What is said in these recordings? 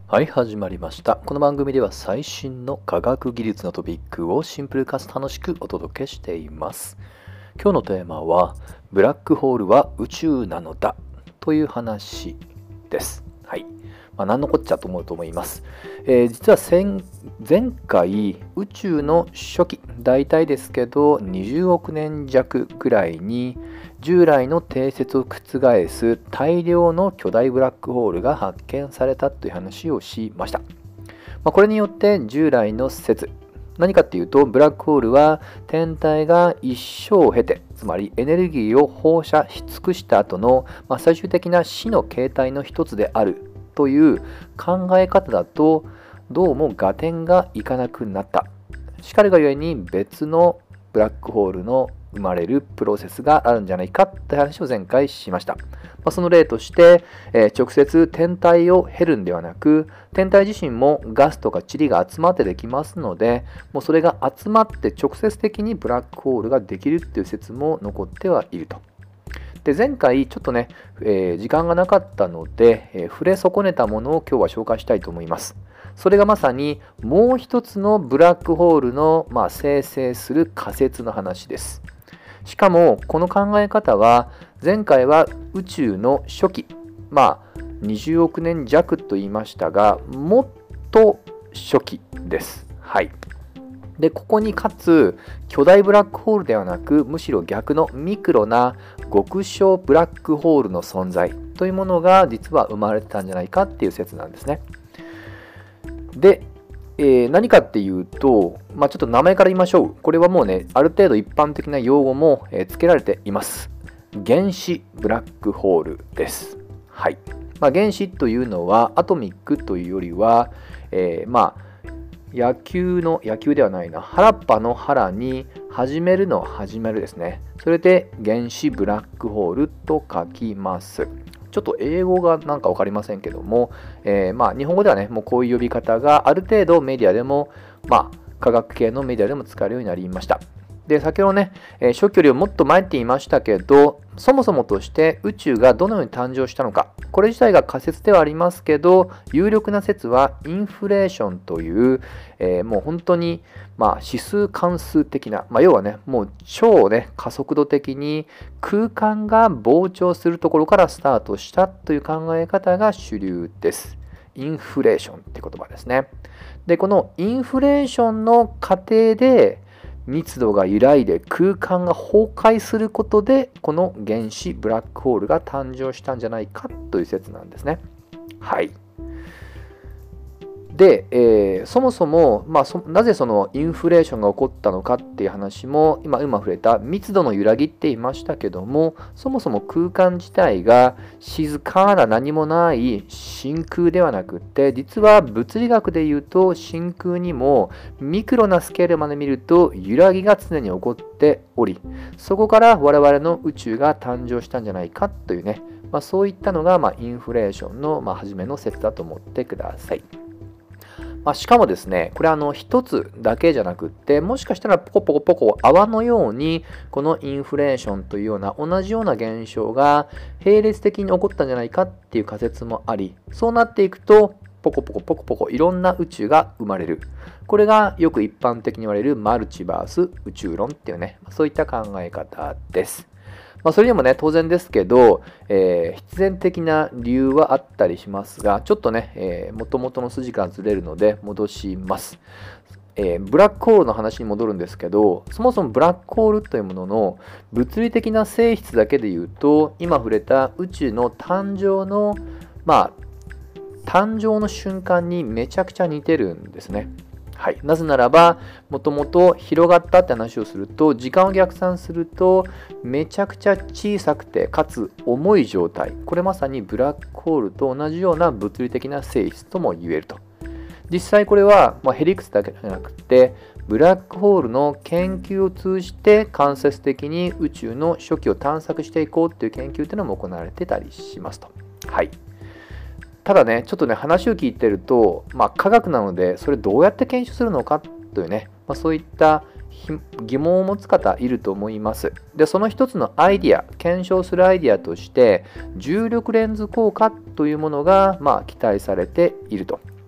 はい、始まりました。この番組では最新の科学技術のトピックをシンプルかつ楽しくお届けしています。今日のテーマは、ブラックホールは宇宙なのだという話です。はい。何のこっちゃと思うと思います。実は前回宇宙の初期、大体ですけど20億年弱ぐらいに従来の定説を覆す大量の巨大ブラックホールが発見されたという話をしました。これによって従来の説、何かっていうと、ブラックホールは天体が一生を経て、つまりエネルギーを放射し尽くした後の、最終的な死の形態の一つであるという考え方だと、どうも合点がいかなくなった。しかるがゆえに別のブラックホールの生まれるプロセスがあるんじゃないかって話を前回しました。その例として、直接天体を経るんではなく、天体自身もガスとか塵が集まってできますので、もうそれが集まって直接的にブラックホールができるっていう説も残ってはいると。で、前回ちょっとね、時間がなかったので、触れ損ねたものを今日は紹介したいと思います。それがまさにもう一つのブラックホールの、生成する仮説の話です。しかもこの考え方は前回は宇宙の初期、20億年弱と言いましたが、もっと初期です。はい。で、ここにかつ巨大ブラックホールではなく、むしろ逆のミクロな極小ブラックホールの存在というものが実は生まれてたんじゃないかっていう説なんですね。で、何かっていうと、ちょっと名前から言いましょう。これはもうね、ある程度一般的な用語も付けられています。原子ブラックホールです。はい。原子というのはアトミックというよりは、野球ではないな、原っぱの原に始めるの始めるですね。それで原子ブラックホールと書きます。ちょっと英語がなんか分かりませんけども、日本語ではね、もうこういう呼び方がある程度メディアでも、科学系のメディアでも使えるようになりました。で、先ほどね、初期よりもっと前って言いましたけど、そもそもとして宇宙がどのように誕生したのか、これ自体が仮説ではありますけど、有力な説はインフレーションという、もう本当に、指数関数的な、要はね、もう超ね、加速度的に空間が膨張するところからスタートしたという考え方が主流です。インフレーションって言葉ですね。で、このインフレーションの過程で、密度が揺らいで空間が崩壊することでこの原子ブラックホールが誕生したんじゃないかという説なんですね。はい。で、そもそも、なぜそのインフレーションが起こったのかっていう話も今触れた密度の揺らぎって言いましたけども、そもそも空間自体が静かな何もない真空ではなくって、実は物理学で言うと真空にもミクロなスケールまで見ると揺らぎが常に起こっており、そこから我々の宇宙が誕生したんじゃないかというね、そういったのがインフレーションの初めの説だと思ってください。しかもですね、これ一つだけじゃなくって、もしかしたらポコポコポコ泡のように、このインフレーションというような同じような現象が並列的に起こったんじゃないかっていう仮説もあり、そうなっていくと、ポコポコポコポコいろんな宇宙が生まれる。これがよく一般的に言われるマルチバース宇宙論っていうね、そういった考え方です。それでもね、当然ですけど、必然的な理由はあったりしますが、ちょっとね、元々の筋からずれるので戻します。ブラックホールの話に戻るんですけど、そもそもブラックホールというものの物理的な性質だけで言うと、今触れた宇宙の誕生の瞬間にめちゃくちゃ似てるんですね。はい、なぜならば、もともと広がったって話をすると、時間を逆算すると、めちゃくちゃ小さくて、かつ重い状態。これまさにブラックホールと同じような物理的な性質とも言えると。実際これは、ヘリクスだけじゃなくて、ブラックホールの研究を通じて間接的に宇宙の初期を探索していこうっていう研究っていうのも行われてたりしますと。はい。ただね、ちょっとね、話を聞いてると、科学なので、それどうやって検証するのかというね、そういった疑問を持つ方いると思います。で、その一つのアイディア、検証するアイディアとして、重力レンズ効果というものが、期待されていると。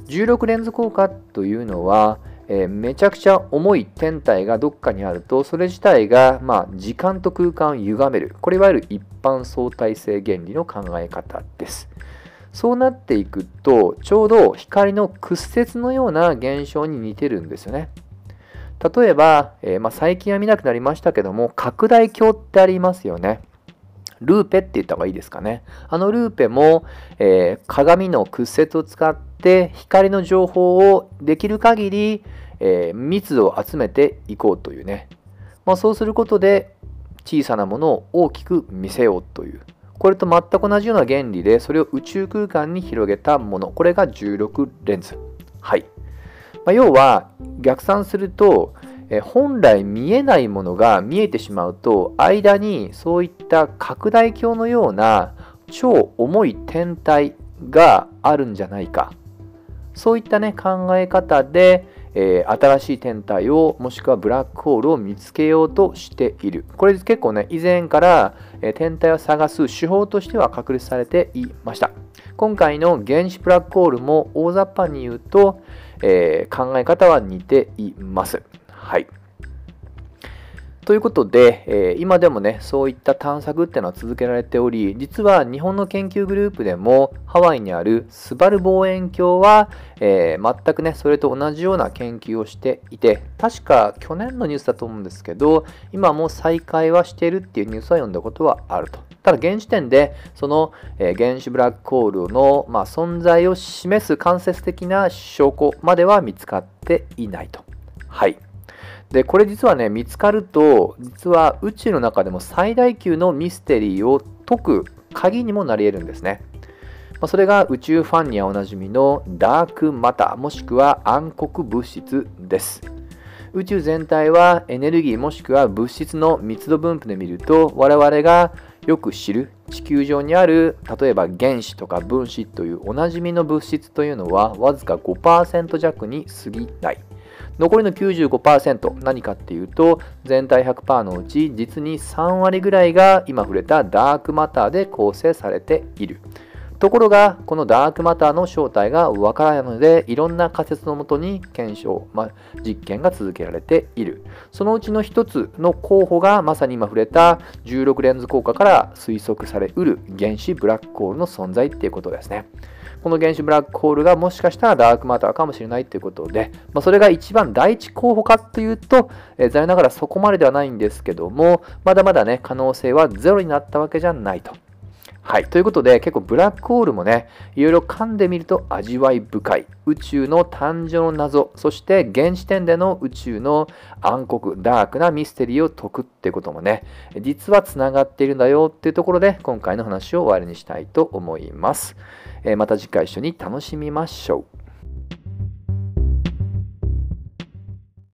16レンズ効果というのは、めちゃくちゃ重い天体がどっかにあると、それ自体が、時間と空間を歪める。これいわゆる一般相対性原理の考え方です。そうなっていくと、ちょうど光の屈折のような現象に似てるんですよね。例えば、最近は見なくなりましたけども、拡大鏡ってありますよね。ルーペって言った方がいいですかね。あのルーペも、鏡の屈折を使って光の情報をできる限り、密度を集めていこうというね。そうすることで小さなものを大きく見せようという。これと全く同じような原理で、それを宇宙空間に広げたもの。これが16レンズ。はい。要は逆算すると、本来見えないものが見えてしまうと、間にそういった拡大鏡のような超重い天体があるんじゃないか。そういったね、考え方で、新しい天体をもしくはブラックホールを見つけようとしている。これ結構ね、以前から、天体を探す手法としては確立されていました。今回の原子ブラックホールも大雑把に言うと、考え方は似ています。はい。ということで、今でもね、そういった探索っていうのは続けられており、実は日本の研究グループでもハワイにあるスバル望遠鏡は、全くね、それと同じような研究をしていて、確か去年のニュースだと思うんですけど、今も再開はしているっていうニュースは読んだことはあると。ただ現時点でその、原子ブラックホールの、存在を示す間接的な証拠までは見つかっていないと。はい。で、これ実はね、見つかると、実は宇宙の中でも最大級のミステリーを解く鍵にもなり得るんですね。それが宇宙ファンにはおなじみのダークマターもしくは暗黒物質です。宇宙全体はエネルギーもしくは物質の密度分布で見ると、我々がよく知る地球上にある例えば原子とか分子というおなじみの物質というのはわずか 5% 弱に過ぎない。残りの 95% 何かっていうと、全体 100% のうち実に3割ぐらいが今触れたダークマターで構成されている。ところがこのダークマターの正体がわからないので、いろんな仮説のもとに検証、実験が続けられている。そのうちの一つの候補がまさに今触れた16レンズ効果から推測されうる原子ブラックホールの存在っていうことですね。この原子ブラックホールがもしかしたらダークマターかもしれないということで、それが一番第一候補かというと、残念ながらそこまでではないんですけども、まだまだね、可能性はゼロになったわけじゃないと。はい。ということで、結構ブラックホールもね、いろいろ噛んでみると味わい深い。宇宙の誕生の謎、そして現時点での宇宙の暗黒、ダークなミステリーを解くっていうこともね、実はつながっているんだよっていうところで、今回の話を終わりにしたいと思います。また次回一緒に楽しみましょう。